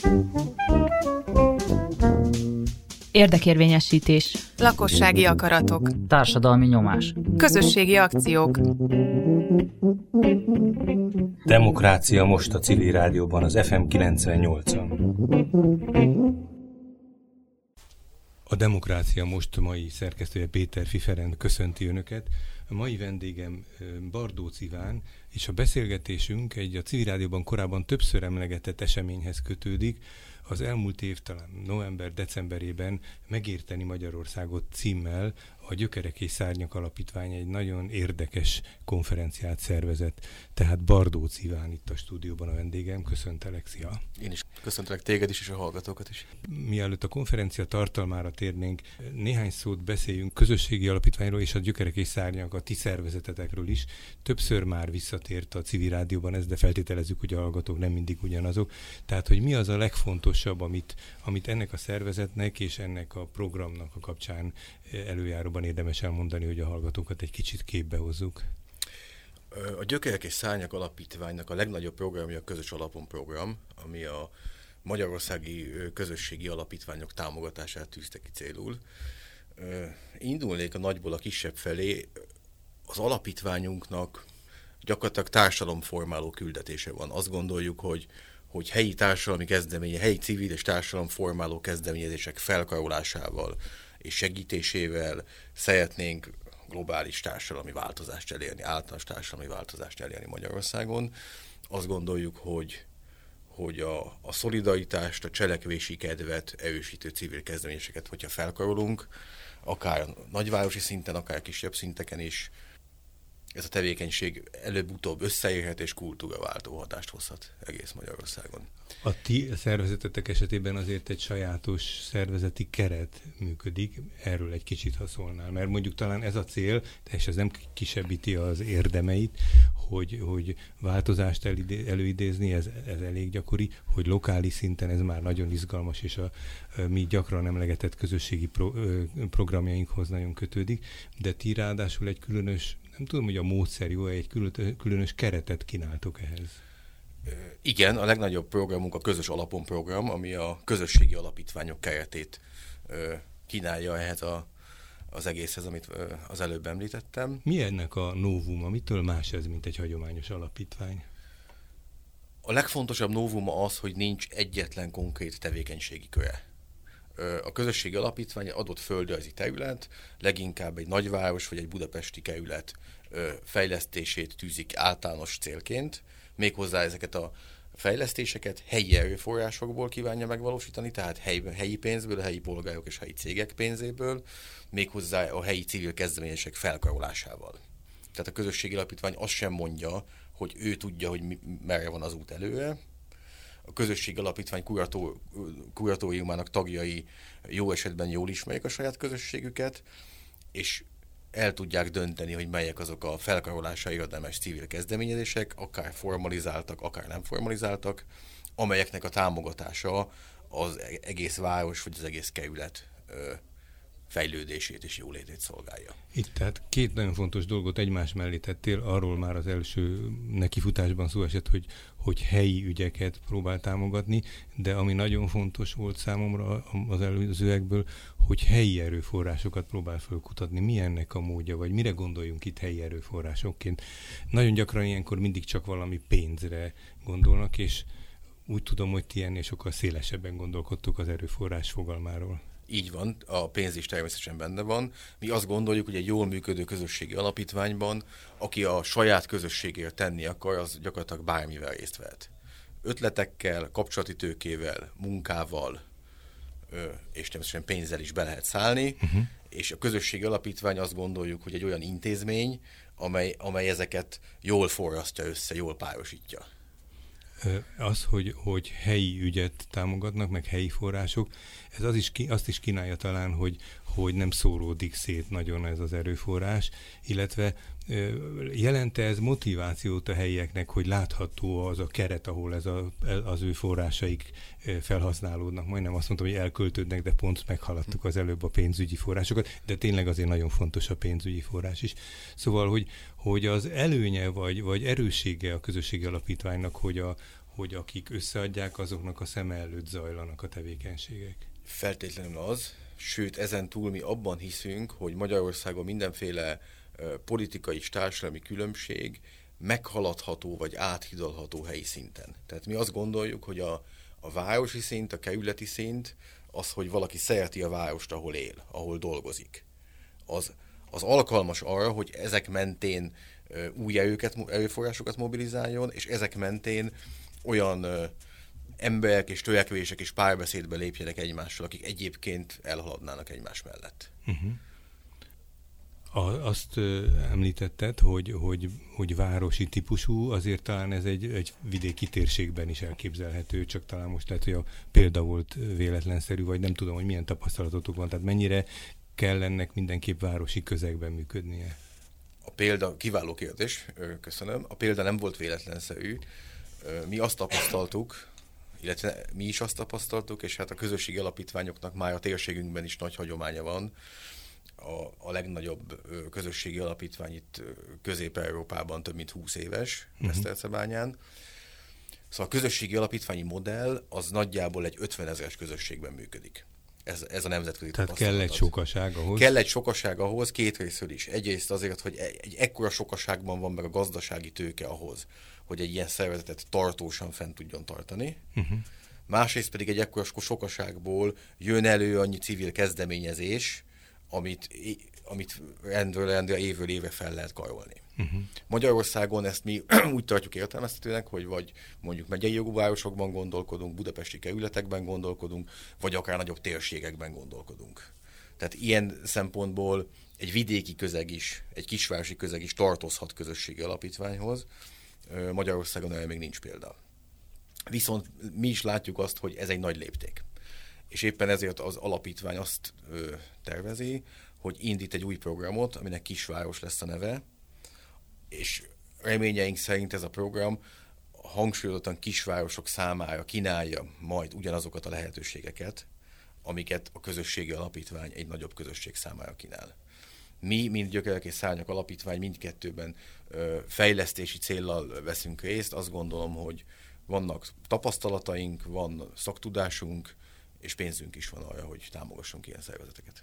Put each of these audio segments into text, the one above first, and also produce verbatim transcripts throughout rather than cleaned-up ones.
Érdekérvényesítés. Lakossági akaratok. Társadalmi nyomás. Közösségi akciók. Demokrácia most a Civil Rádióban, az ef em kilencvennyolcon. A Demokrácia most mai szerkesztője Péter Fiferen köszönti Önöket. A mai vendégem Bardóc Iván, és a beszélgetésünk egy a Civil Rádióban korábban többször emlegetett eseményhez kötődik. Az elmúlt év, talán november-decemberében Megérteni Magyarországot címmel a Gyökerek és Szárnyak Alapítvány egy nagyon érdekes konferenciát szervezett. Tehát Bardóc Iván itt a stúdióban a vendégem. Köszöntelek, szia! Én is köszöntelek téged is, és a hallgatókat is. Mielőtt a konferencia tartalmára térnénk, néhány szót beszéljünk közösségi alapítványról és a Gyökerek és Szárnyak, a ti szervezetetekről is. Többször már visszatért a Civil Rádióban ez, de feltételezzük, hogy a hallgatók nem mindig ugyanazok. Tehát, hogy mi az a legfontosabb, amit, amit ennek a szervezetnek és ennek a programnak a kapcsán előjáróban érdemes elmondani, hogy a hallgatókat egy kicsit képbe hozzuk. A Gyökerek és Szárnyak Alapítványnak a legnagyobb programja a Közös Alapon program, ami a magyarországi közösségi alapítványok támogatását tűzte ki célul. Indulnék a nagyból a kisebb felé. Az alapítványunknak gyakorlatilag társadalomformáló küldetése van. Azt gondoljuk, hogy hogy helyi társadalmi kezdeménye, helyi civil és társadalomformáló kezdeményezések felkarolásával és segítésével szeretnénk globális társadalmi változást elérni, általános társadalmi változást elérni Magyarországon. Azt gondoljuk, hogy, hogy a, a szolidaritást, a cselekvési kedvet erősítő civil kezdeményezéseket, hogyha felkarolunk, akár nagyvárosi szinten, akár kisebb szinteken is, ez a tevékenység előbb-utóbb összeérhet és kultúraváltó hatást hozhat egész Magyarországon. A ti szervezetetek esetében azért egy sajátos szervezeti keret működik, erről egy kicsit ha szólnál, mert mondjuk talán ez a cél, és ez nem kisebbíti az érdemeit, hogy, hogy változást elidé, előidézni, ez, ez elég gyakori, hogy lokális szinten ez már nagyon izgalmas, és a, a mi gyakran emlegetett közösségi pro, ö, programjainkhoz nagyon kötődik, de ti ráadásul egy különös, nem tudom, hogy a módszer jó, egy különös keretet kínáltok ehhez. Igen, a legnagyobb programunk a Közös Alapon program, ami a közösségi alapítványok keretét kínálja ehhez a, az egészhez, amit az előbb említettem. Mi ennek a novuma? Mitől más ez, mint egy hagyományos alapítvány? A legfontosabb novuma az, hogy nincs egyetlen konkrét tevékenységi köre. A közösségi alapítvány adott földrajzi terület, leginkább egy nagyváros vagy egy budapesti kerület fejlesztését tűzik általános célként, méghozzá ezeket a fejlesztéseket helyi erőforrásokból kívánja megvalósítani, tehát helyi, helyi pénzből, a helyi polgárok és helyi cégek pénzéből, méghozzá a helyi civil kezdeményezések felkarolásával. Tehát a közösségi alapítvány azt sem mondja, hogy ő tudja, hogy mi, merre van az út előre. A közösségi alapítvány kurató, kuratóriumának tagjai jó esetben jól ismerik a saját közösségüket, és el tudják dönteni, hogy melyek azok a felkarolásra érdemes civil kezdeményezések, akár formalizáltak, akár nem formalizáltak, amelyeknek a támogatása az egész város vagy az egész kerület fejlődését és jólétét szolgálja. Itt tehát két nagyon fontos dolgot egymás mellé tettél, arról már az első nekifutásban szó esett, hogy, hogy helyi ügyeket próbál támogatni, de ami nagyon fontos volt számomra az előzőekből, hogy helyi erőforrásokat próbál felkutatni. Mi ennek a módja, vagy mire gondoljunk itt helyi erőforrásokként? Nagyon gyakran ilyenkor mindig csak valami pénzre gondolnak, és úgy tudom, hogy ti ennél sokkal szélesebben gondolkodtok az erőforrás fogalmáról. Így van, a pénz is természetesen benne van. Mi azt gondoljuk, hogy egy jól működő közösségi alapítványban, aki a saját közösségért tenni akar, az gyakorlatilag bármivel részt vehet. Ötletekkel, kapcsolati tőkével, munkával, és természetesen pénzzel is be lehet szállni, uh-huh. És a közösségi alapítvány azt gondoljuk, hogy egy olyan intézmény, amely, amely ezeket jól forrasztja össze, jól párosítja. Az, hogy, hogy helyi ügyet támogatnak, meg helyi források, ez az is, azt is kínálja talán, hogy, hogy nem szóródik szét nagyon ez az erőforrás, illetve jelente ez motivációt a helyieknek, hogy látható az a keret, ahol ez a, az ő forrásaik felhasználódnak. Majdnem azt mondtam, hogy elköltődnek, de pont meghaladtuk az előbb a pénzügyi forrásokat, de tényleg azért nagyon fontos a pénzügyi forrás is. Szóval, hogy, hogy az előnye vagy, vagy erőssége a közösségi alapítványnak, hogy a hogy akik összeadják, azoknak a szeme előtt zajlanak a tevékenységek? Feltétlenül az, sőt ezen túl mi abban hiszünk, hogy Magyarországon mindenféle uh, politikai és társadalmi különbség meghaladható vagy áthidalható helyi szinten. Tehát mi azt gondoljuk, hogy a, a városi szint, a kerületi szint, az, hogy valaki szereti a várost, ahol él, ahol dolgozik, az, az alkalmas arra, hogy ezek mentén uh, új erőket, erőforrásokat mobilizáljon, és ezek mentén olyan uh, emberek és törekvések és párbeszédbe lépjenek egymással, akik egyébként elhaladnának egymás mellett. Uh-huh. A, azt ö, említetted, hogy, hogy, hogy városi típusú, azért talán ez egy, egy vidéki térségben is elképzelhető, csak talán most lehet, hogy a példa volt véletlenszerű, vagy nem tudom, hogy milyen tapasztalatotok van, tehát mennyire kell ennek mindenképp városi közegben működnie? A példa, kiváló kérdés, köszönöm. A példa nem volt véletlenszerű. Mi azt tapasztaltuk, illetve mi is azt tapasztaltuk, és hát a közösségi alapítványoknak már a térségünkben is nagy hagyománya van. A, a legnagyobb közösségi alapítvány itt Közép-Európában több mint húsz éves, Besztercebányán. Uh-huh. Szóval a közösségi alapítványi modell az nagyjából egy ötvenezeres közösségben működik. Ez, ez a nemzetközi Tehát kell egy sokaság ahhoz? Kell egy sokaság ahhoz, két részről is. Egyrészt azért, hogy egy ekkora sokaságban van meg a gazdasági tőke ahhoz, hogy egy ilyen szervezetet tartósan fent tudjon tartani. Uh-huh. Másrészt pedig egy ekkora sokaságból jön elő annyi civil kezdeményezés, amit, amit rendről rendre évről évre fel lehet karolni. Uh-huh. Magyarországon ezt mi úgy tartjuk értelmeztetőnek, hogy vagy mondjuk megyei jogú városokban gondolkodunk, budapesti kerületekben gondolkodunk, vagy akár nagyobb térségekben gondolkodunk. Tehát ilyen szempontból egy vidéki közeg is, egy kisvárosi közeg is tartozhat közösségi alapítványhoz. Magyarországon erre még nincs példa. Viszont mi is látjuk azt, hogy ez egy nagy lépték. És éppen ezért az alapítvány azt ö, tervezi, hogy indít egy új programot, aminek Kisváros lesz a neve, és reményeink szerint ez a program hangsúlyozottan kisvárosok számára kínálja majd ugyanazokat a lehetőségeket, amiket a közösségi alapítvány egy nagyobb közösség számára kínál. Mi, mint Gyökerek és Szárnyak Alapítvány mindkettőben ö, fejlesztési céllal veszünk részt. Azt gondolom, hogy vannak tapasztalataink, van szaktudásunk, és pénzünk is van arra, hogy támogassunk ilyen szervezeteket.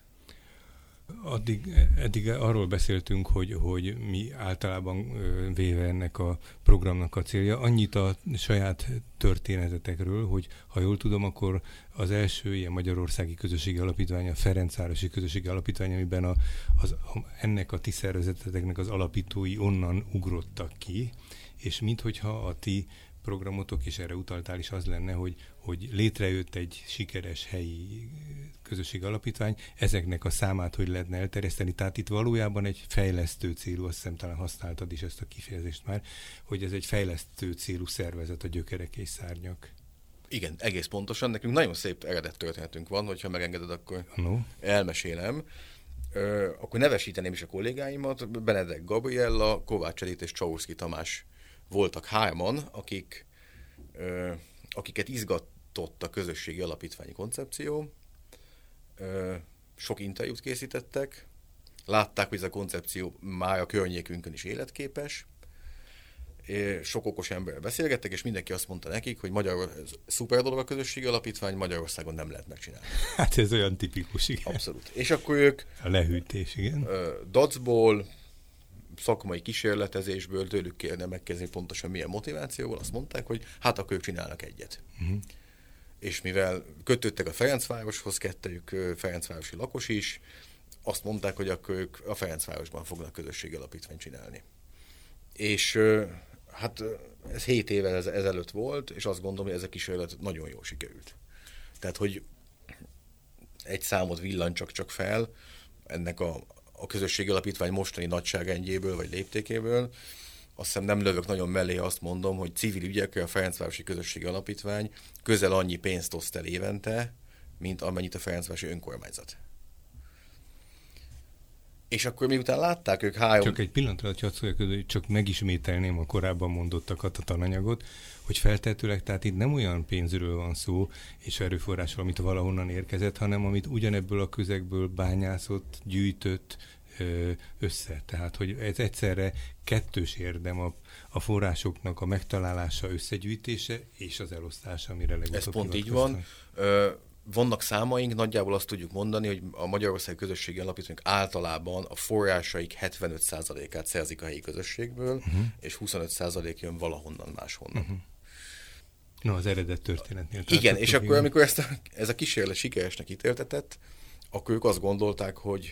Addig, eddig arról beszéltünk, hogy, hogy mi általában véve ennek a programnak a célja. Annyit a saját történetetekről, hogy ha jól tudom, akkor az első ilyen magyarországi közösségi alapítvány, a Ferencvárosi Közösségi Alapítvány, amiben a, az, ennek a ti szervezeteteknek az alapítói onnan ugrottak ki, és minthogyha a ti programotok, és erre utaltál is, az lenne, hogy, hogy létrejött egy sikeres helyi közösségi alapítvány, ezeknek a számát hogy lehetne elterjeszteni, tehát itt valójában egy fejlesztő célú, azt hiszem talán használtad is ezt a kifejezést már, hogy ez egy fejlesztő célú szervezet, a Gyökerek és Szárnyak. Igen, egész pontosan. Nekünk nagyon szép eredet történetünk van, hogyha megengeded, akkor no. elmesélem. Ö, akkor nevesíteném is a kollégáimat. Benedek Gabriella, Kovács Edith és Csaurszky Tamás voltak hárman, akik, ö, akiket izgatott a közösségi alapítványi koncepció. Ö, sok interjút készítettek, látták, hogy ez a koncepció már a környékünkön is életképes. Sok okos emberrel beszélgettek, és mindenki azt mondta nekik, hogy Magyar, szuper dolog a közösségi alapítvány, Magyarországon nem lehet megcsinálni. Hát ez olyan tipikus, igen. Abszolút. És akkor ők a lehűtés, igen. dacból, szakmai kísérletezésből tőlük kérne megkezdeni pontosan milyen motivációval, azt mondták, hogy hát akkor ők csinálnak egyet. Uh-huh. És mivel kötődtek a Ferencvároshoz, kettejük ferencvárosi lakos is, azt mondták, hogy akkor ők a Ferencvárosban fognak közösségi alapítványt csinálni. És hát ez hét évvel ezelőtt volt, és azt gondolom, hogy ez a kísérlet nagyon jól sikerült. Tehát, hogy egy számot villan csak-csak fel ennek a, a közösségi alapítvány mostani nagyságrendjéből, vagy léptékéből. Azt hiszem nem lövök nagyon mellé, azt mondom, hogy civil ügyekre a Ferencvárosi Közösségi Alapítvány közel annyi pénzt oszt el évente, mint amennyit a Ferencvárosi Önkormányzat. És akkor miután látták ők három... Csak egy pillanatra, hogy csak megismételném a korábban mondottakat, a tananyagot, hogy feltehetőleg, tehát itt nem olyan pénzről van szó, és erőforrásról, amit valahonnan érkezett, hanem amit ugyanebből a közegből bányászott, gyűjtött össze. Tehát, hogy ez egyszerre kettős érdem a, a forrásoknak a megtalálása, összegyűjtése és az elosztása, amire legutóbb ez pont így van. Ö, vannak számaink, nagyjából azt tudjuk mondani, hogy a Magyarországi Közösségi Alapítványok általában a forrásaik hetvenöt százalékát szerzik a helyi közösségből, uh-huh. és huszonöt százalék jön valahonnan máshonnan. Uh-huh. No, az eredett történetnél. Igen, és akkor, igen. amikor ezt a, ez a kísérlet sikeresnek ítéltetett, akkor ők azt gondolták, hogy,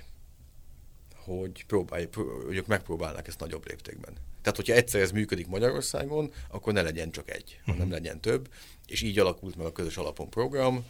hogy, próbálj, hogy ők megpróbálnak ezt nagyobb léptékben. Tehát, hogyha egyszer ez működik Magyarországon, akkor ne legyen csak egy, uh-huh. hanem legyen több, és így alakult meg a Közös Alapon program,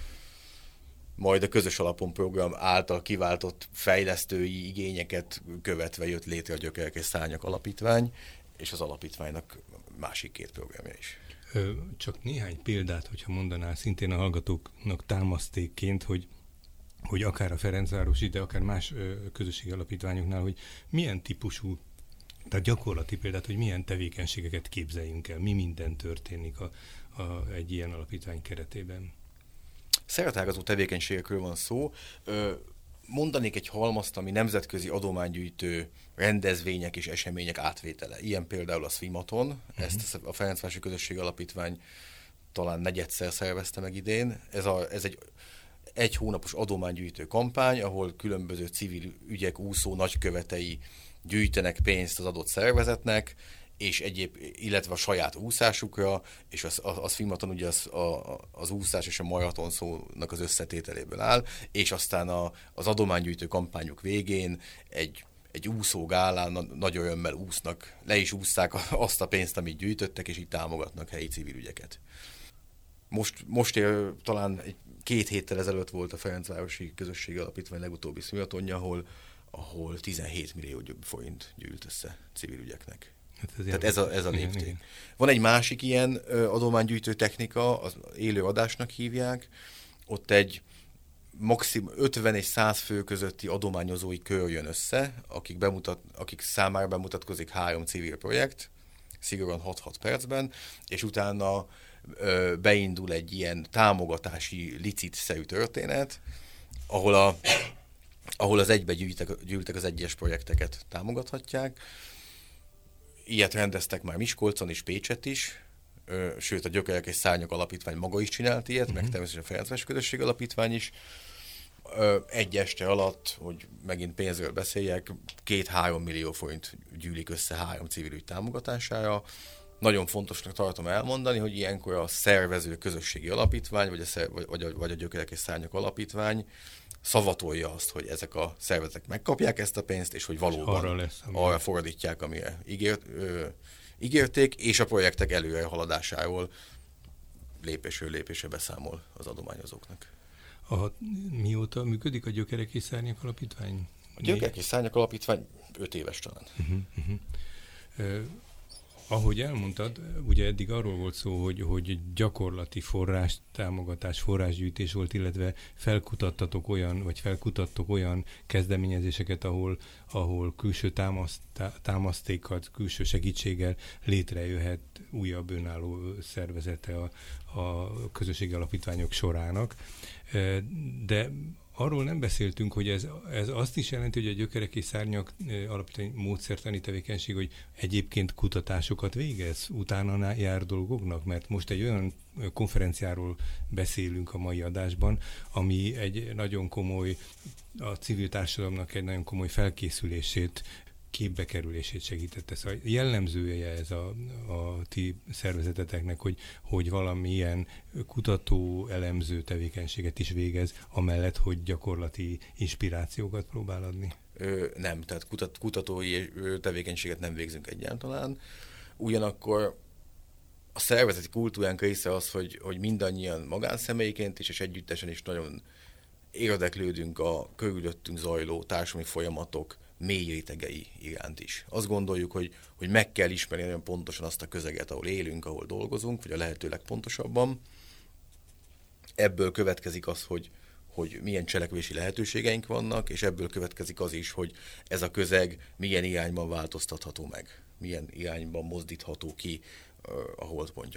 majd a Közös Alapon program által kiváltott fejlesztői igényeket követve jött létre a Gyökerek és Szárnyak Alapítvány, és az alapítványnak másik két programja is. Csak néhány példát, hogyha mondanál szintén a hallgatóknak támasztékként, hogy, hogy akár a Ferencvárosi, de akár más közösségi alapítványoknál, hogy milyen típusú, tehát gyakorlati példát, hogy milyen tevékenységeket képzeljünk el, mi minden történik a, a, egy ilyen alapítvány keretében. Szerteágazó tevékenységekről van szó. Mondanék egy halmazt, ami nemzetközi adománygyűjtő rendezvények és események átvétele. Ilyen például a Swimaton, uh-huh. ezt a Ferencvárosi Közösségi Alapítvány talán negyedszer szervezte meg idén. Ez, a, ez egy egy hónapos adománygyűjtő kampány, ahol különböző civil ügyek úszó nagykövetei gyűjtenek pénzt az adott szervezetnek, és egyéb, illetve a saját úszásukra, és az, az, az Swimaton ugye az, a, az úszás és a maraton szónak az összetételéből áll, és aztán a, az adománygyűjtő kampányuk végén egy, egy úszógálán nagy örömmel úsznak, le is ússzák azt a pénzt, amit gyűjtöttek, és így támogatnak helyi civil ügyeket. Most, most ér, talán egy, két héttel ezelőtt volt a Ferencvárosi Közösségi Alapítvány legutóbbi Swimatonja, ahol, ahol tizenhét millió forint gyűlt össze civil ügyeknek. Hát ez Tehát ez a, ez a lépték. Igen, igen. Van egy másik ilyen ö, adománygyűjtő technika, az élő adásnak hívják. Ott egy maximum ötven és száz fő közötti adományozói kör jön össze, akik, bemutat, akik számára bemutatkozik három civil projekt, szigorúan hat-hat percben, és utána ö, beindul egy ilyen támogatási licit-szerű történet, ahol, a, ahol az egybe gyűjtek, gyűjtek az egyes projekteket támogathatják. Ilyet rendeztek már Miskolcon és Pécset is, ö, sőt a Gyökerek és Szárnyak Alapítvány maga is csinált ilyet, uh-huh. meg természetesen a Ferencvárosi Közösség Alapítvány is. Ö, egy este alatt, hogy megint pénzről beszéljek, két-három millió forint gyűlik össze három civil ügy támogatására. Nagyon fontosnak tartom elmondani, hogy ilyenkor a szervező közösségi alapítvány, vagy a, szer- vagy a, vagy a Gyökerek és Szárnyak Alapítvány szavatolja azt, hogy ezek a szervezetek megkapják ezt a pénzt, és hogy valóban arra, lesz, arra fordítják, amire ígért, ö, ígérték, és a projektek előre haladásáról lépésről lépésre beszámol az adományozóknak. A, mióta működik a Gyökerek és Szárnyak Alapítvány? A Gyökerek és Szárnyak Alapítvány öt éves talán. Uh-huh, uh-huh. Ö, Ahogy elmondtad, ugye eddig arról volt szó, hogy, hogy gyakorlati forrás, támogatás, forrásgyűjtés volt, illetve felkutattatok olyan, vagy felkutattok olyan kezdeményezéseket, ahol, ahol külső támaszt, támasztékkal, külső segítséggel létrejöhet újabb önálló szervezete a, a közösségi alapítványok sorának. De arról nem beszéltünk, hogy ez, ez azt is jelenti, hogy a Gyökerek és Szárnyak alapítvány módszertani tevékenység, hogy egyébként kutatásokat végez, utána jár dolgoknak, mert most egy olyan konferenciáról beszélünk a mai adásban, ami egy nagyon komoly, a civil társadalomnak egy nagyon komoly felkészülését, képbekerülését segítette. Szóval jellemzője ez a, a ti szervezeteteknek, hogy, hogy valamilyen kutató, elemző tevékenységet is végez, amellett, hogy gyakorlati inspirációkat próbál adni? Ö, nem, tehát kutat, kutatói tevékenységet nem végzünk egyáltalán. Ugyanakkor a szervezeti kultúránk része az, hogy, hogy mindannyian magánszemélyként is, és együttesen is nagyon érdeklődünk a körülöttünk zajló társadalmi folyamatok mély rétegei iránt is. Azt gondoljuk, hogy, hogy meg kell ismerni nagyon pontosan azt a közeget, ahol élünk, ahol dolgozunk, vagy a lehető legpontosabban. Ebből következik az, hogy, hogy milyen cselekvési lehetőségeink vannak, és ebből következik az is, hogy ez a közeg milyen irányban változtatható meg, milyen irányban mozdítható ki uh, a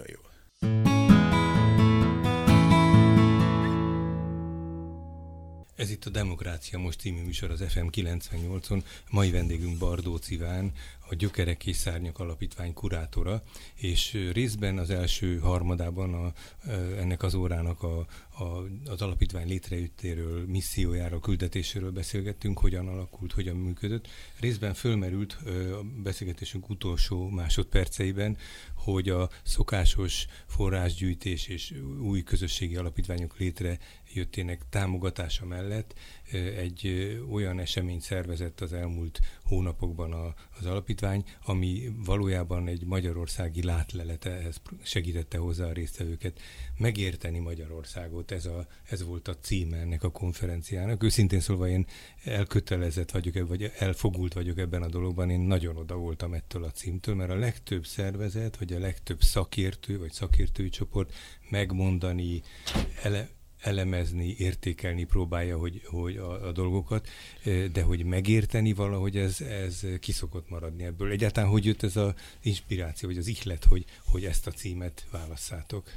holdpontjairól. Ez itt a Demokrácia Most című műsor az ef em kilencvennyolcon. Mai vendégünk Bardóc Iván, a Gyökerek és Szárnyak Alapítvány kurátora, és részben az első harmadában a, ennek az órának a, a, az alapítvány létrejöttéről, missziójáról, küldetéséről beszélgettünk, hogyan alakult, hogyan működött. Részben fölmerült a beszélgetésünk utolsó másodperceiben, hogy a szokásos forrásgyűjtés és új közösségi alapítványok létrejöttének támogatása mellett egy olyan eseményt szervezett az elmúlt hónapokban a, az alapítvány, ami valójában egy magyarországi látlelete, ehhez segítette hozzá a résztvevőket megérteni Magyarországot. Ez, a, ez volt a címe ennek a konferenciának. Őszintén szólva én elkötelezett vagyok, vagy elfogult vagyok ebben a dologban, én nagyon oda voltam ettől a címtől, mert a legtöbb szervezet, vagy a legtöbb szakértő, vagy szakértői csoport megmondani, ele, elemezni, értékelni próbálja, hogy, hogy a, a dolgokat, de hogy megérteni valahogy ez, ez ki szokott maradni ebből. Egyáltalán hogy jött ez az inspiráció, vagy az ihlet, hogy, hogy ezt a címet válasszátok?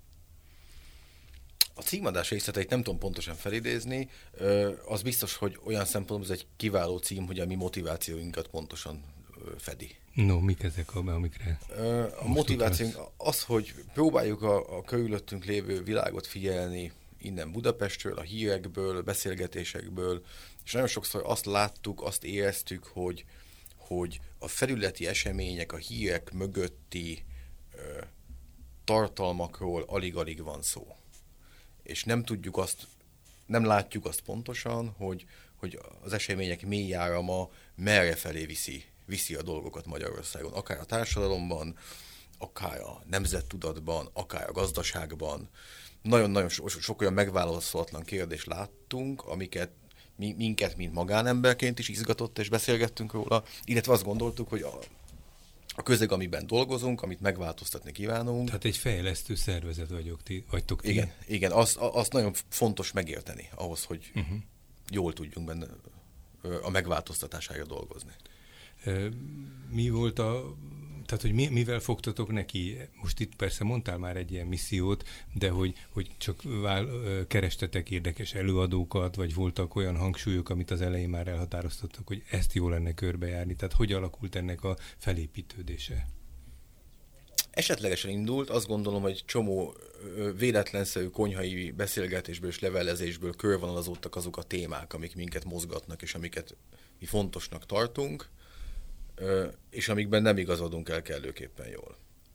A címadás részleteit nem tudom pontosan felidézni, az biztos, hogy olyan szempontból ez egy kiváló cím, hogy a mi motivációinkat pontosan fedi. No, mik ezek, amikre? A motivációnk az, hogy próbáljuk a, a körülöttünk lévő világot figyelni, innen Budapestről, a hírekből, a beszélgetésekből, és nagyon sokszor azt láttuk, azt éreztük, hogy, hogy a felületi események, a hírek mögötti ö, tartalmakról alig-alig van szó. És nem tudjuk azt, nem látjuk azt pontosan, hogy, hogy az események mélyárama merre felé viszi, viszi a dolgokat Magyarországon, akár a társadalomban, akár a nemzettudatban, akár a gazdaságban. Nagyon-nagyon so, sok olyan megválaszolatlan kérdést láttunk, amiket mi, minket, mint magánemberként is izgatott, és beszélgettünk róla, illetve azt gondoltuk, hogy a, a közeg, amiben dolgozunk, amit megváltoztatni kívánunk. Tehát egy fejlesztő szervezet vagyok, ti, vagytok ti. Igen, igen, azt, azt nagyon fontos megérteni ahhoz, hogy uh-huh. jól tudjunk benne a megváltoztatására dolgozni. Mi volt a... Tehát, hogy mi, mivel fogtatok neki? Most itt persze mondtál már egy ilyen missziót, de hogy, hogy csak vál, kerestetek érdekes előadókat, vagy voltak olyan hangsúlyok, amit az elején már elhatároztatok, hogy ezt jó lenne körbejárni. Tehát hogy alakult ennek a felépítődése? Esetlegesen indult, azt gondolom, hogy csomó véletlenszerű konyhai beszélgetésből és levelezésből körvonalazódtak azok a témák, amik minket mozgatnak, és amiket mi fontosnak tartunk, és amikben nem igazodunk el kellőképpen jól.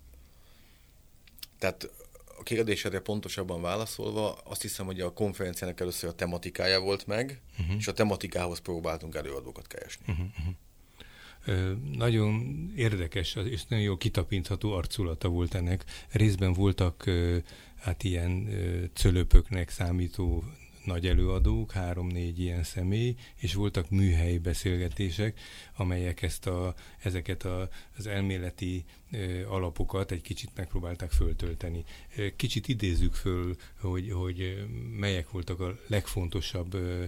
Tehát a kérdésedre pontosabban válaszolva, azt hiszem, hogy a konferenciának először a tematikája volt meg, uh-huh. és a tematikához próbáltunk előadókat keresni. Uh-huh. Ö, nagyon érdekes és nagyon jó kitapintható arculata volt ennek. Részben voltak ö, hát ilyen ö, cölöpöknek számító nagy előadók, három-négy ilyen személy, és voltak műhelyi beszélgetések, amelyek ezt a, ezeket a, az elméleti ö, alapokat egy kicsit megpróbálták föltölteni. Kicsit idézzük föl, hogy, hogy melyek voltak a legfontosabb ö,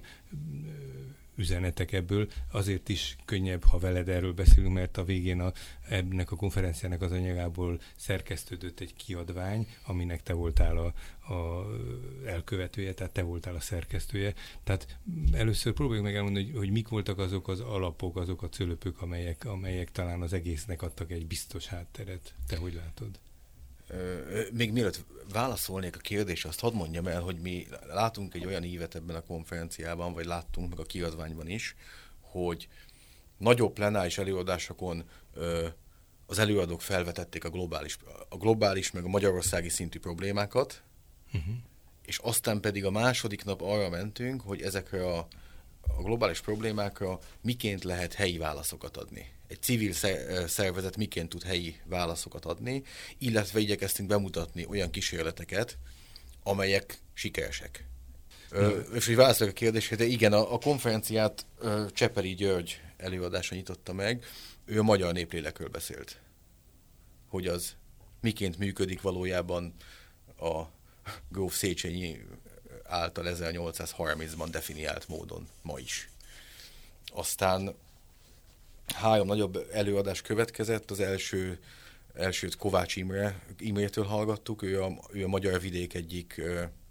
üzenetek ebből. Azért is könnyebb, ha veled erről beszélünk, mert a végén a, ennek a konferenciának az anyagából szerkesztődött egy kiadvány, aminek te voltál a, a elkövetője, tehát te voltál a szerkesztője. Tehát először próbáljuk meg elmondani, hogy, hogy mik voltak azok az alapok, azok a cölöpök, amelyek, amelyek talán az egésznek adtak egy biztos hátteret. Te hogy látod? Még mielőtt válaszolnék a kérdésre, azt hadd mondjam el, hogy mi látunk egy olyan ívet ebben a konferenciában, vagy láttunk meg a kiadványban is, hogy nagyobb plenáris előadásokon az előadók felvetették a globális, a globális meg a magyarországi szintű problémákat, uh-huh. és aztán pedig a második nap arra mentünk, hogy ezekre a, a globális problémákra miként lehet helyi válaszokat adni. Egy civil szervezet miként tud helyi válaszokat adni, illetve igyekeztünk bemutatni olyan kísérleteket, amelyek sikeresek. Ö, és hogy válaszolok a kérdésre, de igen, a, a konferenciát ö, Csepeli György előadása nyitotta meg, ő a magyar néplélekről beszélt. Hogy az miként működik valójában a gróf Széchenyi által ezernyolcszázharmincban definiált módon ma is. Aztán három nagyobb előadás következett, az első, elsőt Kovács Imre, Imrétől hallgattuk, ő a, ő a magyar vidék egyik ö,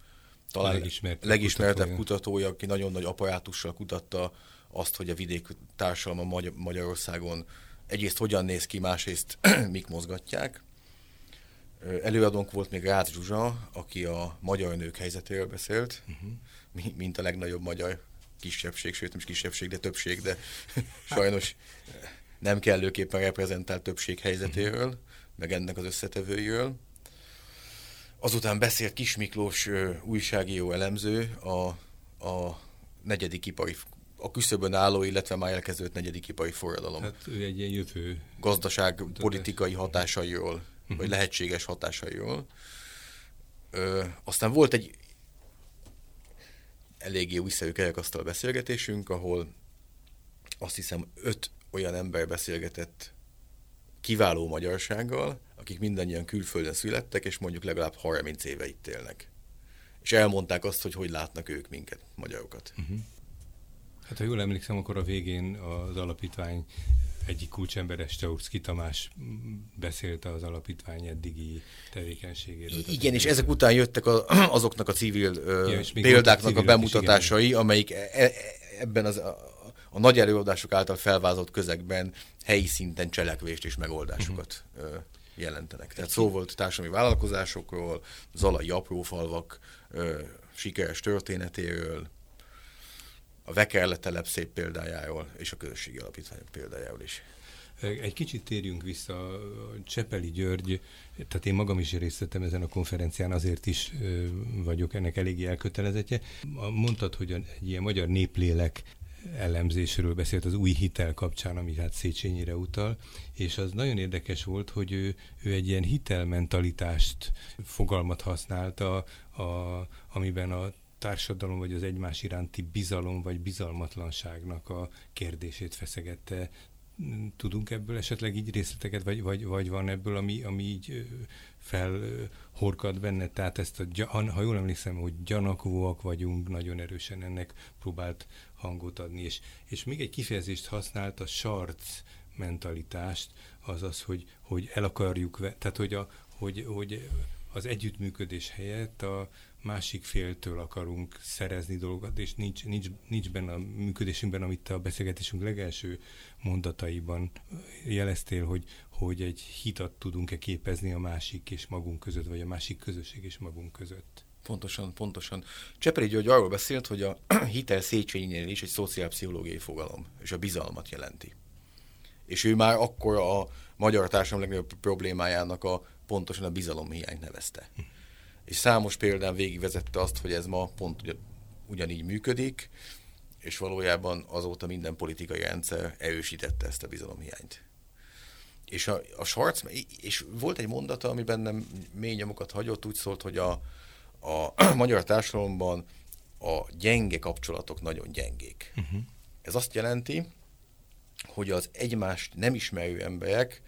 talán legismertebb, legismertebb kutatója. kutatója, aki nagyon nagy apparátussal kutatta azt, hogy a vidék társadalma Magy- Magyarországon egyrészt hogyan néz ki, másrészt mik mozgatják. Előadónk volt még Rácz Zsuzsa, aki a magyar nők helyzetéről beszélt, uh-huh. mint a legnagyobb magyar kisebbség, sőt nem is kisebbség, de többség, de sajnos nem kellőképpen reprezentált többség helyzetéről, uh-huh. meg ennek az összetevőiről. Azután beszélt Kis Miklós újságíró elemző a, a negyedik ipari, a küszöbön álló, illetve már elkezdődött negyedik ipari forradalom. Hát ő egy ilyen jövő. Gazdaság, tudás. Politikai hatásairól, uh-huh. vagy lehetséges hatásairól. Ö, aztán volt egy eléggé újszerű kerekasztal beszélgetésünk, ahol azt hiszem öt olyan ember beszélgetett kiváló magyarsággal, akik mindannyian külföldön születtek, és mondjuk legalább harminc éve itt élnek. És elmondták azt, hogy hogy látnak ők minket, magyarokat. Uh-huh. Hát ha jól emlékszem, akkor a végén az alapítvány egyik kulcsember, Steurszky Tamás beszélt az alapítvány eddigi tevékenységéről. Igen, és ezek után jöttek a, azoknak a civil ja, példáknak a bemutatásai, is, amelyik e, ebben az, a, a nagy előadások által felvázolt közegben helyi szinten cselekvést és megoldásokat uh-huh. jelentenek. Tehát szó volt társadalmi vállalkozásokról, zalai aprófalvak ö, sikeres történetéről, a Vekerle telep szép példájáról, és a közösségi alapítványok példájáról is. Egy kicsit térjünk vissza, Csepeli György, tehát én magam is részt vettem ezen a konferencián, azért is vagyok ennek eléggé elkötelezettje. Mondtad, hogy egy ilyen magyar néplélek elemzésről beszélt az új hitel kapcsán, ami hát Széchenyire utal, és az nagyon érdekes volt, hogy ő, ő egy ilyen hitelmentalitást fogalmat használta, a, amiben a társadalom vagy az egymás iránti bizalom vagy bizalmatlanságnak a kérdését feszegette. Tudunk ebből esetleg így részleteket, vagy, vagy, vagy van ebből, ami, ami így felhorkad benne? Tehát ezt, a, ha jól emlékszem, hogy gyanakvóak vagyunk, nagyon erősen ennek próbált hangot adni. És, és még egy kifejezést használt, a sarc mentalitást, azaz, hogy, hogy el akarjuk, tehát hogy, a, hogy, hogy az együttműködés helyett a másik féltől akarunk szerezni dolgokat, és nincs, nincs, nincs benne a működésünkben, amit a beszélgetésünk legelső mondataiban jeleztél, hogy, hogy egy hitat tudunk-e képezni a másik és magunk között, vagy a másik közösség és magunk között. Pontosan, pontosan. Csepeli György arról beszélt, hogy a hitel Széchenynél is egy szociálpszichológiai fogalom, és a bizalmat jelenti. És ő már akkor a magyar társadalom legnagyobb problémájának a pontosan a bizalomhiányt nevezte. Hm. És számos példán végigvezette azt, hogy ez ma pont ugyan, ugyanígy működik, és valójában azóta minden politikai rendszer erősítette ezt a bizalomhiányt. És a, a Sarc, és volt egy mondata, ami bennem mély nyomokat hagyott, úgy szólt, hogy a, a magyar társadalomban a gyenge kapcsolatok nagyon gyengék. Uh-huh. Ez azt jelenti, hogy az egymást nem ismerő emberek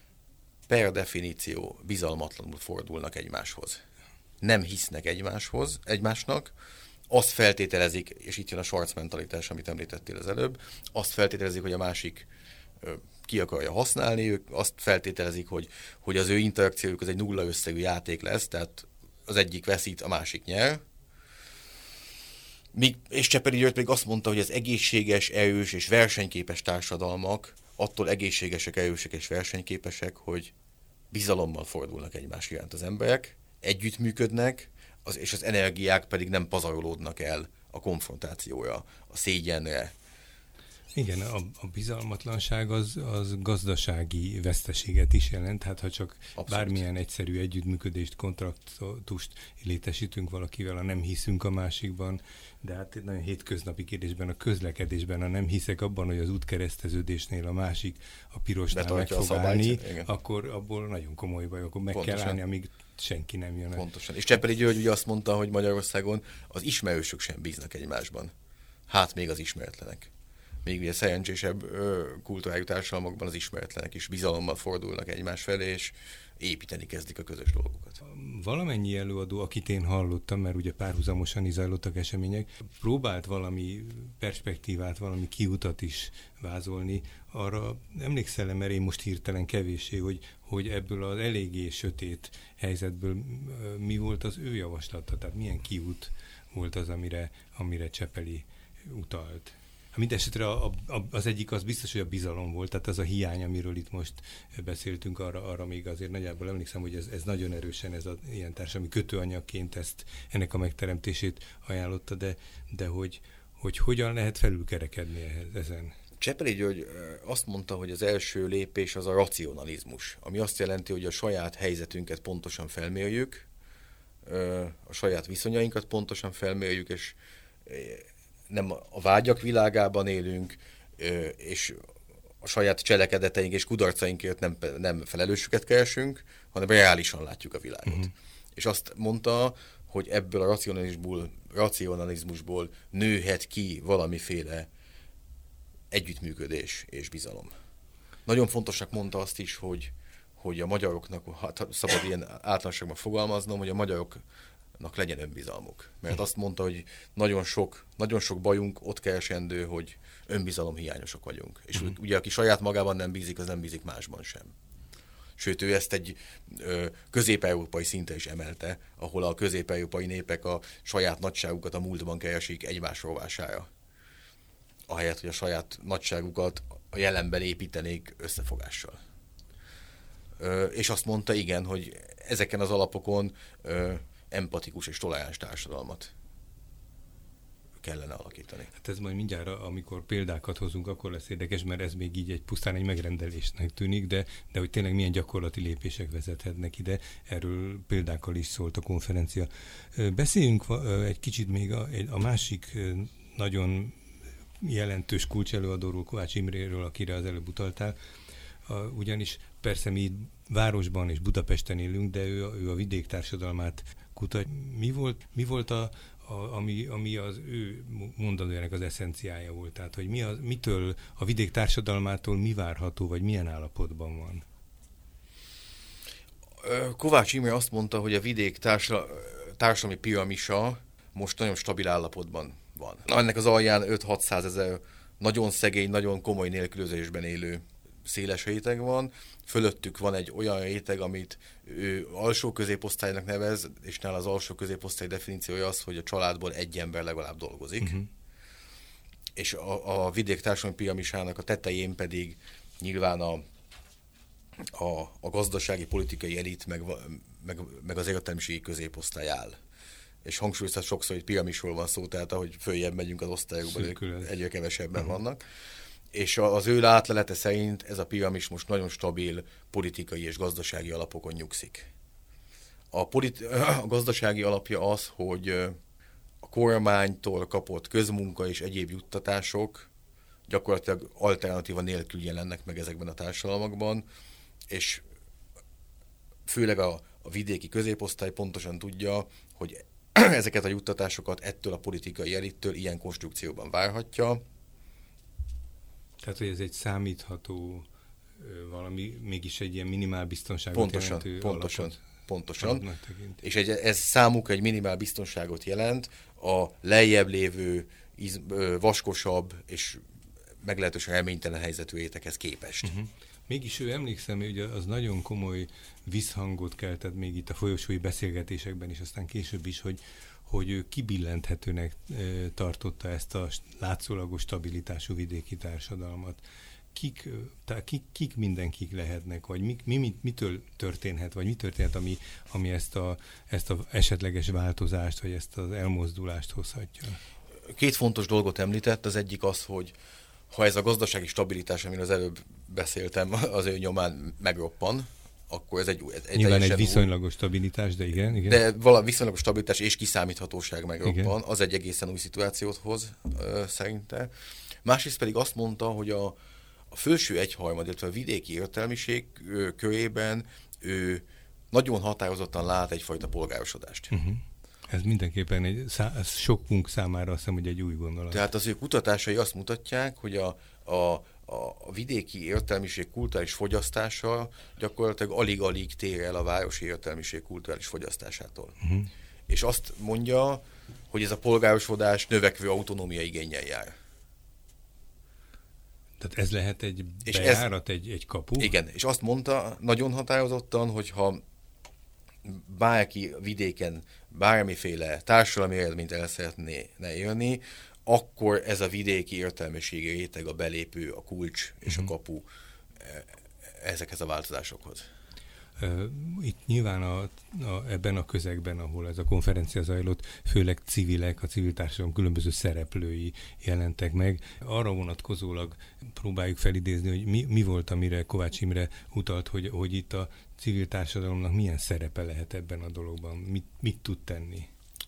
per definíció bizalmatlanul fordulnak egymáshoz. Nem hisznek egymáshoz, egymásnak, azt feltételezik, és itt jön a Sarc mentalitás, amit említettél az előbb, azt feltételezik, hogy a másik ö, ki akarja használni, ők azt feltételezik, hogy, hogy az ő interakciójuk az egy nulla összegű játék lesz, tehát az egyik veszít, a másik nyer. Míg, és Csepeli György pedig azt mondta, hogy az egészséges, erős és versenyképes társadalmak attól egészségesek, erősek és versenyképesek, hogy bizalommal fordulnak egymás iránt az emberek, együttműködnek, az, és az energiák pedig nem pazarolódnak el a konfrontációra, a szégyenre. Igen, a, a bizalmatlanság az, az gazdasági veszteséget is jelent, hát ha csak abszolút. Bármilyen egyszerű együttműködést, kontraktust létesítünk valakivel, a nem hiszünk a másikban, de hát nagyon hétköznapi kérdésben, a közlekedésben, ha nem hiszek abban, hogy az útkereszteződésnél a másik a pirosnál meg fog állni, akkor abból nagyon komoly baj, akkor meg Pontosan. kell állni, amíg senki nem jön. Pontosan. És Csepeli György ugye azt mondta, hogy Magyarországon az ismerősök sem bíznak egymásban. Hát még az ismeretlenek. még ugye szerencsésebb kultúrájú társadalmakban az ismeretlenek is bizalommal fordulnak egymás felé, és építeni kezdik a közös dolgokat. Valamennyi előadó, akit én hallottam, mert ugye párhuzamosan is zajlottak események, próbált valami perspektívát, valami kiutat is vázolni. Arra emlékszel, mert én most hirtelen kevéssé, hogy, hogy ebből az eléggé sötét helyzetből mi volt az ő javaslata, tehát milyen kiút volt az, amire, amire Csepeli utalt. Mindenesetre a, a, az egyik az biztos, hogy a bizalom volt, tehát az a hiány, amiről itt most beszéltünk, arra, arra még azért nagyjából emlékszem, hogy ez, ez nagyon erősen ez a ilyen társadalmi kötőanyagként ezt, ennek a megteremtését ajánlotta, de, de hogy, hogy hogyan lehet felülkerekedni ehhez, ezen. Csepeli György azt mondta, hogy az első lépés az a racionalizmus, ami azt jelenti, hogy a saját helyzetünket pontosan felmérjük, a saját viszonyainkat pontosan felmérjük, és nem a vágyak világában élünk, és a saját cselekedeteink és kudarcainkért nem, nem felelősöket keresünk, hanem reálisan látjuk a világot. Uh-huh. És azt mondta, hogy ebből a racionalizmusból, racionalizmusból nőhet ki valamiféle együttműködés és bizalom. Nagyon fontosnak mondta azt is, hogy, hogy a magyaroknak, hát szabad ilyen általánosságban fogalmaznom, hogy a magyaroknak legyen önbizalmuk. Mert azt mondta, hogy nagyon sok, nagyon sok bajunk ott keresendő, hogy önbizalom hiányosok vagyunk. És uh-huh. ugye aki saját magában nem bízik, az nem bízik másban sem. Sőt, ő ezt egy ö, közép-európai szinten is emelte, ahol a közép-európai népek a saját nagyságukat a múltban keresik egymás rovására. Ahelyett, hogy a saját nagyságukat a jelenben építenék összefogással. Ö, és azt mondta, igen, hogy ezeken az alapokon ö, empatikus és toleráns társadalmat kellene alakítani. Hát ez majd mindjárt, amikor példákat hozunk, akkor lesz érdekes, mert ez még így egy pusztán egy megrendelésnek tűnik, de, de hogy tényleg milyen gyakorlati lépések vezethetnek ide, erről példákkal is szólt a konferencia. Beszéljünk egy kicsit még a, a másik nagyon jelentős kulcselőadóról, Kovács Imréről, akire az előbb utaltál, a, ugyanis persze mi városban és Budapesten élünk, de ő, ő a vidék társadalmát kutat. Mi volt, mi volt a, a, ami, ami az ő mondandójának az eszenciája volt? Tehát, hogy mi az, mitől a vidék társadalmától mi várható, vagy milyen állapotban van? Kovács Imre azt mondta, hogy a vidék társadalmi piramisa most nagyon stabil állapotban van. Ennek az alján öt-hatszázezer nagyon szegény, nagyon komoly nélkülözésben élő széles réteg van, fölöttük van egy olyan réteg, amit ő alsó középosztálynak nevez, és nála az alsó középosztály definíciója az, hogy a családból egy ember legalább dolgozik. Uh-huh. És a, a vidék társadalmi piramisának a tetején pedig nyilván a, a, a gazdasági, politikai elit, meg, meg, meg az értelmiségi középosztály áll. És hangsúlyoztat sokszor, hogy piramisról van szó, tehát ahogy följebb megyünk az osztályokban, egyre kevesebben uh-huh. vannak. És az ő látlelete szerint ez a piramis most nagyon stabil politikai és gazdasági alapokon nyugszik. A, politi- a gazdasági alapja az, hogy a kormánytól kapott közmunka és egyéb juttatások gyakorlatilag alternatíva nélkül jelennek meg ezekben a társadalmakban, és főleg a, a vidéki középosztály pontosan tudja, hogy ezeket a juttatásokat ettől a politikai elittől ilyen konstrukcióban várhatja. Tehát, hogy ez egy számítható valami, mégis egy ilyen minimál biztonságot pontosan, jelentő pontosan, alapot. Pontosan, és egy, ez számukra egy minimál biztonságot jelent a lejjebb lévő, íz, vaskosabb és meglehetősen reménytelen helyzetű réteghez képest. Uh-huh. Mégis ő, emlékszem, hogy az nagyon komoly visszhangot keltett még itt a folyosói beszélgetésekben, és aztán később is, hogy hogy ő kibillenthetőnek tartotta ezt a látszólagos stabilitású vidéki társadalmat. Kik, tá, kik, kik mindenkik lehetnek, vagy mi, mi, mitől történhet, vagy mi történhet, ami, ami ezt a, ezt a esetleges változást, vagy ezt az elmozdulást hozhatja? Két fontos dolgot említett. Az egyik az, hogy ha ez a gazdasági stabilitás, amiről az előbb beszéltem, az ő nyomán megroppan, akkor ez egy, egy nyilván egy viszonylagos új, stabilitás, de igen, igen. De valami viszonylagos stabilitás és kiszámíthatóság megroppan, az egy egészen új szituációt hoz uh, szerinte. Másrészt pedig azt mondta, hogy a, a felső egyharmad, illetve a vidéki értelmiség uh, körében ő nagyon határozottan lát egyfajta polgárosodást. Uh-huh. Ez mindenképpen egy, szá, sokunk számára azt hiszem, hogy egy új gondolat. Tehát az ő kutatásai azt mutatják, hogy a, a, a vidéki értelmiség kulturális fogyasztása gyakorlatilag alig-alig tér el a városi értelmiség kulturális fogyasztásától. Uh-huh. És azt mondja, hogy ez a polgárosodás növekvő autonómia igénnyel jár. Tehát ez lehet egy bejárat, ez, egy, egy kapu? Igen, és azt mondta nagyon határozottan, hogyha bárki vidéken bármiféle társadalmi eredményt el szeretné élni, akkor ez a vidéki értelmiségi réteg a belépő, a kulcs és uh-huh. a kapu ezekhez a változásokhoz. Itt nyilván a, a, ebben a közegben, ahol ez a konferencia zajlott, főleg civilek, a civil társadalom különböző szereplői jelentek meg. Arra vonatkozólag próbáljuk felidézni, hogy mi, mi volt, amire Kovács Imre utalt, hogy, hogy itt a civil társadalomnak milyen szerepe lehet ebben a dologban, mit, mit tud tenni?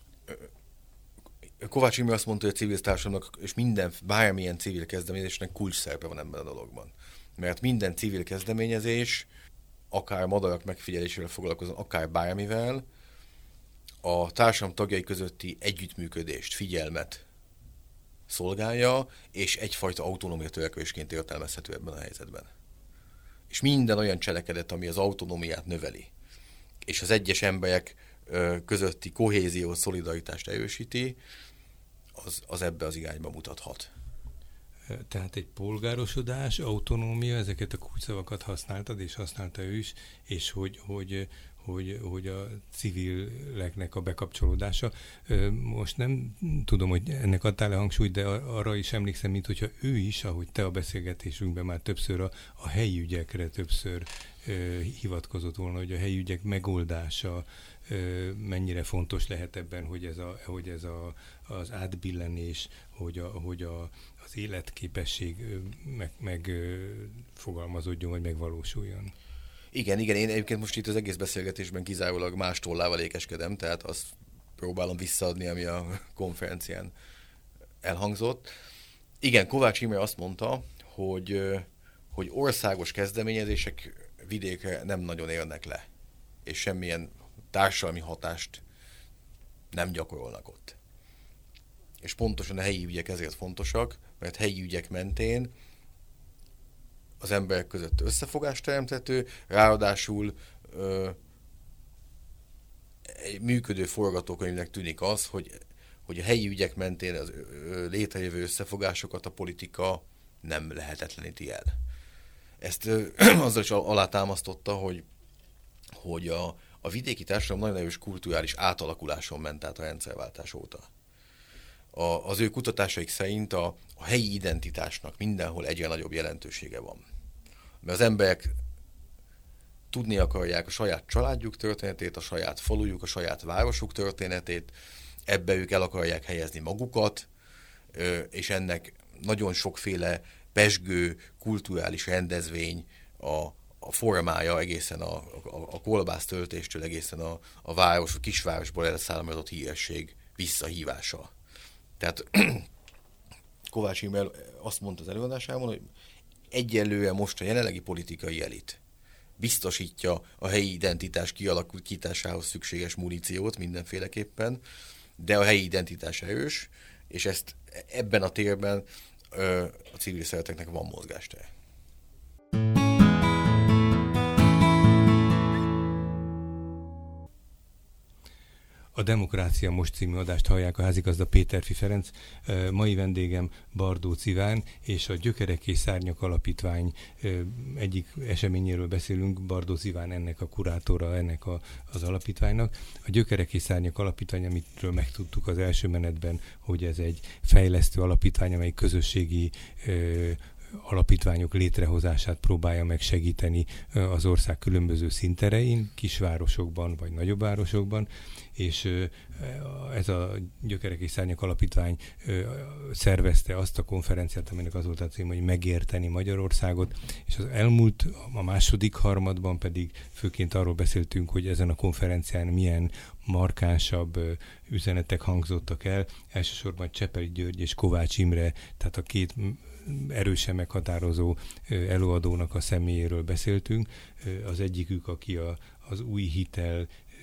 Kovács Imre azt mondta, hogy a civil társadalomnak és minden, bármilyen civil kezdeményezésnek kulcs szerepe van ebben a dologban. Mert minden civil kezdeményezés, akár madarak megfigyelésével foglalkozom, akár bármivel, a társadalom tagjai közötti együttműködést, figyelmet szolgálja, és egyfajta autonómia törekvésként értelmezhető ebben a helyzetben. És minden olyan cselekedet, ami az autonómiát növeli, és az egyes emberek közötti kohéziót, szolidaritást erősíti, az, az ebbe az irányba mutathat. Tehát egy polgárosodás, autonómia, ezeket a kulcsszavakat használtad, és használta ő is, és hogy, hogy, hogy, hogy a civileknek a bekapcsolódása. Most nem tudom, hogy ennek adtál-e hangsúlyt, de arra is emlékszem, mint hogyha ő is, ahogy te a beszélgetésünkben már többször a, a helyi ügyekre többször uh, hivatkozott volna, hogy a helyi ügyek megoldása uh, mennyire fontos lehet ebben, hogy ez, a, hogy ez a, az átbillenés, hogy, a, hogy a, az életképesség meg, meg fogalmazódjon, vagy megvalósuljon. Igen, igen, én egyébként most itt az egész beszélgetésben kizárólag más tollával ékeskedem, tehát azt próbálom visszaadni, ami a konferencián elhangzott. Igen, Kovács Imre azt mondta, hogy, hogy országos kezdeményezések vidékre nem nagyon érnek le, és semmilyen társadalmi hatást nem gyakorolnak ott. És pontosan a helyi ügyek ezért fontosak, mert helyi ügyek mentén az emberek között összefogást teremthető, ráadásul ö, egy működő forgatókönyvnek tűnik az, hogy, hogy a helyi ügyek mentén az ö, létrejövő összefogásokat a politika nem lehetetleníti el. Ezt ö, azzal is alátámasztotta, hogy, hogy a, a vidéki társadalom nagyon erős kulturális átalakuláson ment át a rendszerváltás óta. A, az ő kutatásaik szerint a, a helyi identitásnak mindenhol egyre nagyobb jelentősége van. Mert az emberek tudni akarják a saját családjuk történetét, a saját falujuk, a saját városuk történetét, ebbe ők el akarják helyezni magukat, és ennek nagyon sokféle pezsgő, kulturális rendezvény a, a formája egészen a, a, a kolbásztöltéstől egészen a, a város, a kisvárosból elszármazott híresség visszahívása. Tehát Kovács Imre azt mondta az előadásában, hogy egyelően most a jelenlegi politikai elit biztosítja a helyi identitás kialakításához szükséges muníciót mindenféleképpen, de a helyi identitás erős, és ezt ebben a térben ö, a civil szervezeteknek van mozgástere. A Demokrácia Most című adást hallják, a házigazda Péterfi Ferenc, mai vendégem Bardócz Iván, és a Gyökerek és Szárnyak Alapítvány egyik eseményéről beszélünk. Bardócz Iván ennek a kurátora, ennek a, az alapítványnak. A Gyökerek és Szárnyak Alapítvány, amitről megtudtuk az első menetben, hogy ez egy fejlesztő alapítvány, amely közösségi alapítványok létrehozását próbálja meg segíteni az ország különböző szinterein, kisvárosokban vagy nagyobb városokban, és ez a Gyökerek és Szárnyak Alapítvány szervezte azt a konferenciát, aminek az volt a cím, hogy megérteni Magyarországot, és az elmúlt, a második harmadban pedig főként arról beszéltünk, hogy ezen a konferencián milyen markánsabb üzenetek hangzottak el, elsősorban Csepeli György és Kovács Imre, tehát a két erősen meghatározó előadónak a személyéről beszéltünk. Az egyikük, aki a, az új hitel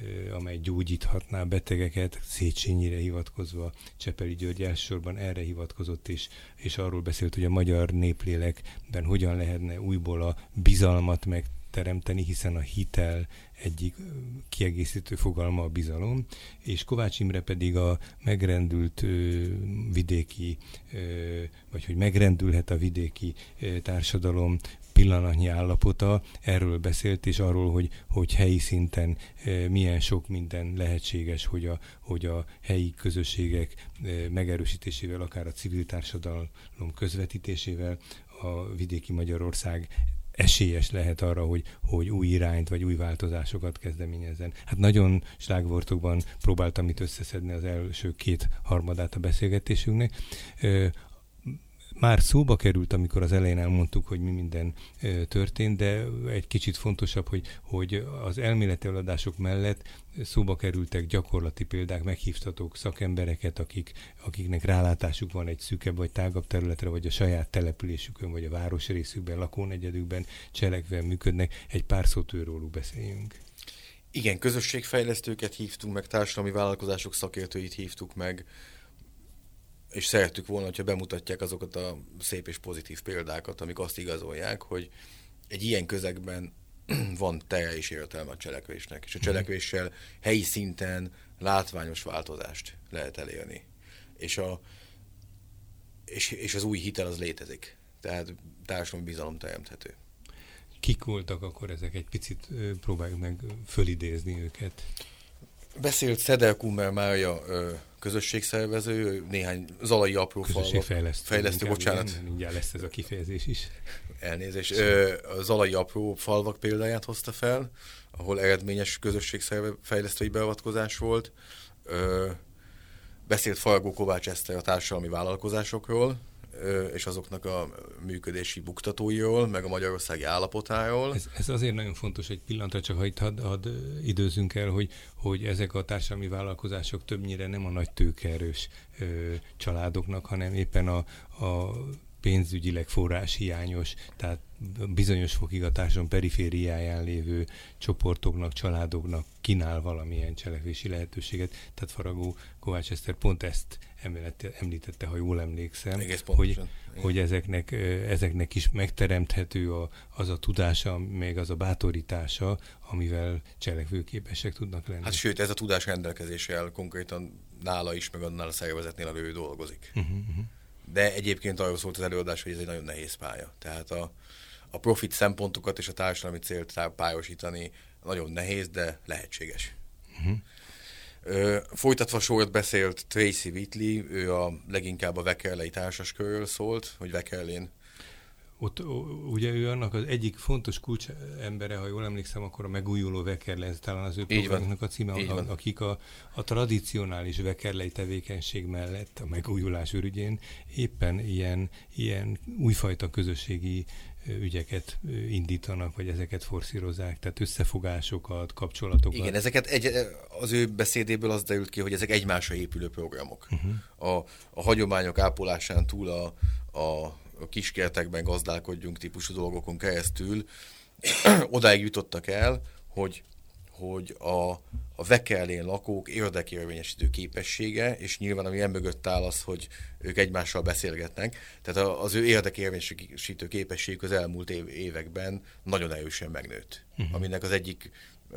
amely gyógyíthatná a betegeket, Széchenyire hivatkozva, Csepeli György elsősorban erre hivatkozott, és, és arról beszélt, hogy a magyar néplélekben hogyan lehetne újból a bizalmat megteremteni, hiszen a hitel egyik kiegészítő fogalma a bizalom, és Kovács Imre pedig a megrendült ö, vidéki, ö, vagy hogy megrendülhet a vidéki ö, társadalom pillanatnyi állapota, erről beszélt, és arról, hogy, hogy helyi szinten e, milyen sok minden lehetséges, hogy a, hogy a helyi közösségek e, megerősítésével, akár a civil társadalom közvetítésével a vidéki Magyarország esélyes lehet arra, hogy, hogy új irányt vagy új változásokat kezdeményezzen. Hát nagyon slágvortokban próbáltam itt összeszedni az első két harmadát a beszélgetésünknek. E, Már szóba került, amikor az elején elmondtuk, hogy mi minden e, történt, de egy kicsit fontosabb, hogy, hogy az elméleti előadások mellett szóba kerültek gyakorlati példák, meghívtatok szakembereket, akik, akiknek rálátásuk van egy szűkebb vagy tágabb területre, vagy a saját településükön, vagy a városrészükben, lakónegyedükben cselekvően működnek. Egy pár szót őróluk beszéljünk. Igen, közösségfejlesztőket hívtunk meg, társadalmi vállalkozások szakértőit hívtuk meg, és szerettük volna, hogyha bemutatják azokat a szép és pozitív példákat, amik azt igazolják, hogy egy ilyen közegben van teje és értelme a cselekvésnek, és a cselekvéssel helyi szinten látványos változást lehet elérni. És, a, és, és az új hitel az létezik. Tehát társadalmi bizalom teremthető. Kik voltak akkor ezek? Egy picit próbáljuk meg fölidézni őket. Beszélt Szeder Kummer Mária közösségszervező, néhány Zalai apró falvak. Fejlesztő, bocsánat. Mindjárt lesz ez a kifejezés is. Elnézést. A Zalai apró falvak példáját hozta fel, ahol eredményes közösségfejlesztői beavatkozás volt. Beszélt Faragó Kovács Eszter a társadalmi vállalkozásokról, és azoknak a működési buktatóiról, meg a magyarországi állapotáról. Ez, ez azért nagyon fontos, egy pillanatra csak, ha itt hadd had időzünk el, hogy, hogy ezek a társadalmi vállalkozások többnyire nem a nagy tőkeerős ö, családoknak, hanem éppen a, a pénzügyileg forráshiányos, tehát bizonyos fokig a társadalom perifériáján lévő csoportoknak, családoknak kínál valamilyen cselekvési lehetőséget. Tehát Faragó Kovács Eszter pont ezt említette, ha jól emlékszem, hogy, hogy ezeknek, ezeknek is megteremthető a, az a tudása, még az a bátorítása, amivel cselekvőképesek tudnak lenni. Hát sőt, ez a tudás rendelkezéssel konkrétan nála is, meg annál a szervezetnél, ahol ő dolgozik. Uh-huh, uh-huh. De egyébként arról szólt az előadás, hogy ez egy nagyon nehéz pálya. Tehát a, a profit szempontokat és a társadalmi célt pályosítani nagyon nehéz, de lehetséges. Uh-huh. Ö, folytatva sort beszélt Tracy Whitley, ő a leginkább a Vekerlei társaskörről szólt, hogy Vekerlén. Ott ugye ő annak az egyik fontos kulcsembere, ha jól emlékszem, akkor a megújuló Vekerle, ez talán az ő programnak a címe, a, akik a, a tradicionális vekerlei tevékenység mellett a megújulás ürügyén éppen ilyen, ilyen újfajta közösségi ügyeket indítanak, vagy ezeket forszírozzák, tehát összefogásokat, kapcsolatokat. Igen, ezeket egy, az ő beszédéből az derült ki, hogy ezek egymásra épülő programok. Uh-huh. A, a hagyományok ápolásán túl a, a a kiskertekben gazdálkodjunk típusú dolgokon keresztül odáig jutottak el, hogy, hogy a, a Vekerlén lakók érdekérvényesítő képessége, és nyilván ami emögött áll az, hogy ők egymással beszélgetnek, tehát az ő érdekérvényesítő képesség az elmúlt év, években nagyon erősen megnőtt. Uh-huh. Aminek az egyik,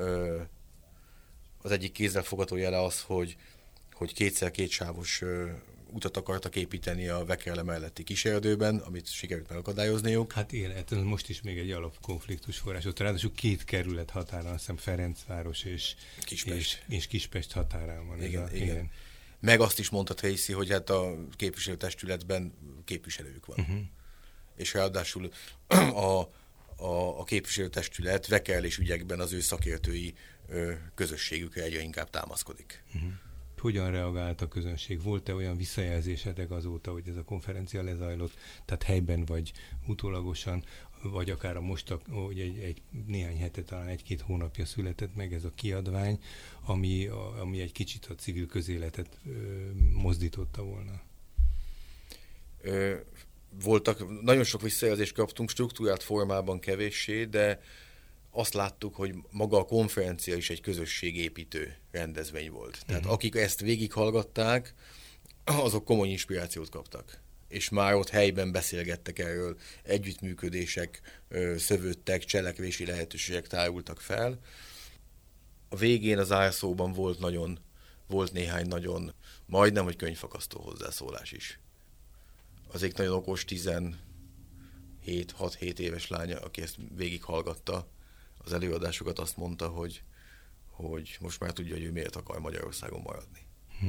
az egyik kézzelfogható jele az, hogy, hogy kétszer kétsávos utat akartak építeni a Vekerle melletti kiserdőben, amit sikerült megakadályozniuk. Hát élet, most is még egy alapkonfliktus forrás. Ott ráadásul két kerület határán, azt hiszem Ferencváros és Kispest, és, és Kispest határán van. Igen, ez a, igen. igen. Meg azt is mondta Tracy, hogy hát a képviselőtestületben képviselők van. Uh-huh. És ráadásul a, a, a képviselőtestület Vekerlés ügyekben az ő szakértői ö, közösségükre egyre inkább támaszkodik. Uh-huh. Hogyan reagált a közönség? Volt-e olyan visszajelzésetek azóta, hogy ez a konferencia lezajlott, tehát helyben vagy utólagosan, vagy akár a most, hogy egy, egy néhány hete, talán egy-két hónapja született meg ez a kiadvány, ami, a, ami egy kicsit a civil közéletet ö, mozdította volna? Ö, voltak, nagyon sok visszajelzést kaptunk, struktúrált formában kevéssé, de azt láttuk, hogy maga a konferencia is egy közösségépítő rendezvény volt. Tehát uh-huh. akik ezt végighallgatták, azok komoly inspirációt kaptak. És már ott helyben beszélgettek erről, együttműködések szövődtek, cselekvési lehetőségek tárultak fel. A végén az zárszóban volt nagyon, volt néhány nagyon, majdnem, hogy könyvfakasztó hozzászólás is. Az egy nagyon okos tizenhét hat-hét éves lánya, aki ezt végighallgatta az előadásokat, azt mondta, hogy, hogy most már tudja, hogy ő miért akar Magyarországon maradni. Hm.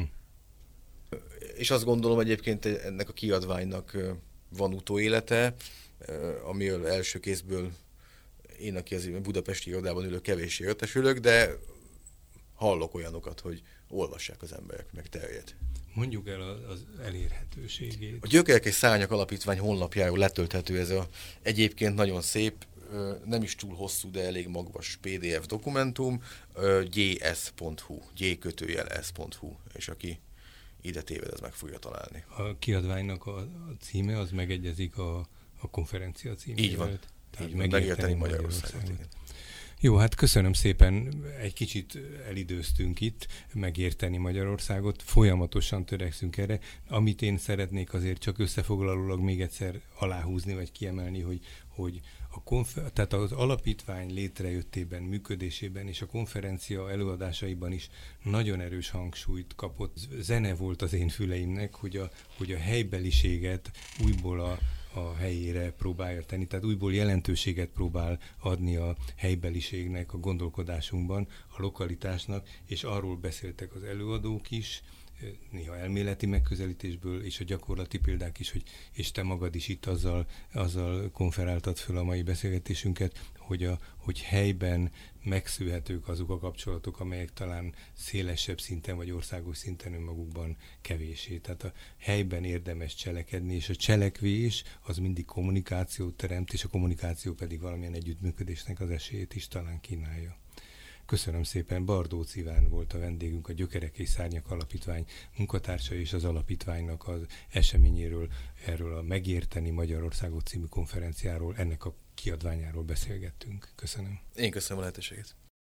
És azt gondolom egyébként ennek a kiadványnak van utóélete, amiről első kézből én, aki az budapesti irodában ülök, kevéssé értesülök, de hallok olyanokat, hogy olvassák az emberek, meg terjed. Mondjuk el az elérhetőségét. A Gyökerek és Szárnyak Alapítvány honlapjáról letölthető ez a egyébként nagyon szép, nem is túl hosszú, de elég magvas pé dé ef dokumentum, gyes pont hu, gykötőjel-s pont hu, és aki ide téved, ez meg fogja találni. A kiadványnak a, a címe, az megegyezik a, a konferencia címével. Így van. Tehát így van. Megérteni Magyarországot. Magyarországot. Jó, hát köszönöm szépen, egy kicsit elidőztünk itt, megérteni Magyarországot, folyamatosan törekszünk erre. Amit én szeretnék azért csak összefoglalólag még egyszer aláhúzni, vagy kiemelni, hogy, hogy a konfer- tehát az alapítvány létrejöttében, működésében és a konferencia előadásaiban is nagyon erős hangsúlyt kapott. Zene volt az én füleimnek, hogy a, hogy a helybeliséget újból a a helyére próbálja tenni, tehát újból jelentőséget próbál adni a helybeliségnek, a gondolkodásunkban, a lokalitásnak, és arról beszéltek az előadók is, néha elméleti megközelítésből, és a gyakorlati példák is, hogy és te magad is itt azzal, azzal konferáltad föl a mai beszélgetésünket, hogy, a, hogy helyben megszűrhetők azok a kapcsolatok, amelyek talán szélesebb szinten vagy országos szinten önmagukban kevéssé. Tehát a helyben érdemes cselekedni, és a cselekvés az mindig kommunikációt teremt, és a kommunikáció pedig valamilyen együttműködésnek az esélyét is talán kínálja. Köszönöm szépen, Bardóc Iván volt a vendégünk, a Gyökerek és Szárnyak Alapítvány munkatársa, és az alapítványnak az eseményéről, erről a Megérteni Magyarországot című konferenciáról, ennek a kiadványáról beszélgettünk. Köszönöm. Én köszönöm a lehetőséget.